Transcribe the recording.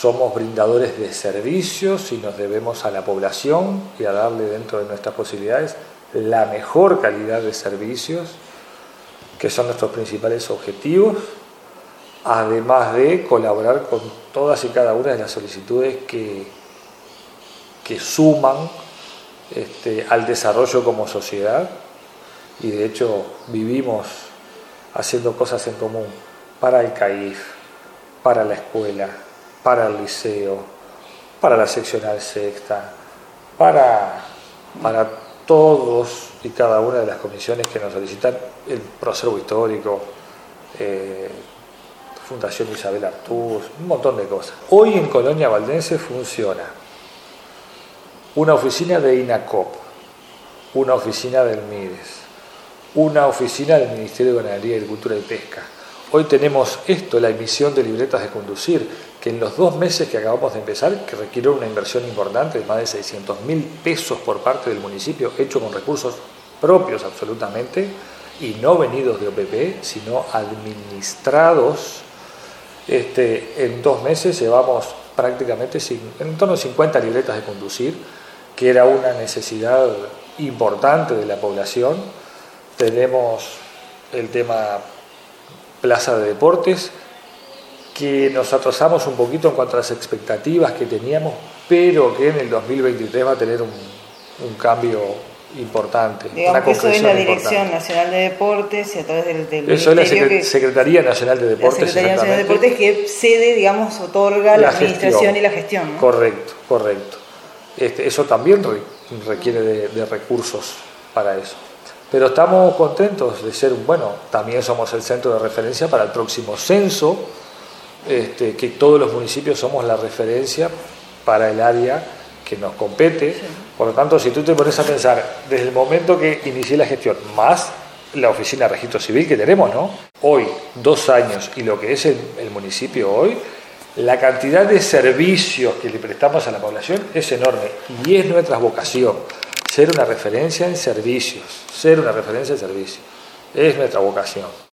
somos brindadores de servicios y nos debemos a la población y a darle dentro de nuestras posibilidades la mejor calidad de servicios, que son nuestros principales objetivos, además de colaborar con todas y cada una de las solicitudes que suman al desarrollo como sociedad, y de hecho vivimos haciendo cosas en común para el CAIF, para la escuela, para el liceo, para la seccional sexta, para todos y cada una de las comisiones que nos solicitan, el Procervo Histórico, Fundación Isabel Artús, un montón de cosas. Hoy en Colonia Valdense funciona una oficina de INACOP, una oficina del MIDES, una oficina del Ministerio de Ganadería, Agricultura y Pesca. Hoy tenemos la emisión de libretas de conducir, que en los 2 meses que acabamos de empezar, que requiere una inversión importante de más de 600.000 pesos por parte del municipio, hecho con recursos propios absolutamente, y no venidos de OPP, sino administrados. En 2 meses llevamos prácticamente en torno a 50 libretas de conducir, que era una necesidad importante de la población. Tenemos el tema Plaza de Deportes, que nos atrasamos un poquito en cuanto a las expectativas que teníamos, pero que en el 2023 va a tener un cambio importante. Digamos que eso es la Dirección Nacional de Deportes y a través del eso es la Secretaría Nacional de Deportes. La Secretaría Nacional de Deportes que cede, digamos, otorga la administración y la gestión, ¿no? Correcto. Eso también requiere de recursos para eso. Pero estamos contentos de ser, también somos el centro de referencia para el próximo censo, que todos los municipios somos la referencia para el área que nos compete. Sí. Por lo tanto, si tú te pones a pensar, desde el momento que inicié la gestión, más la oficina de registro civil que tenemos, ¿no? Hoy, 2 años, y lo que es el municipio hoy, la cantidad de servicios que le prestamos a la población es enorme, y es nuestra vocación, ser una referencia en servicios, es nuestra vocación.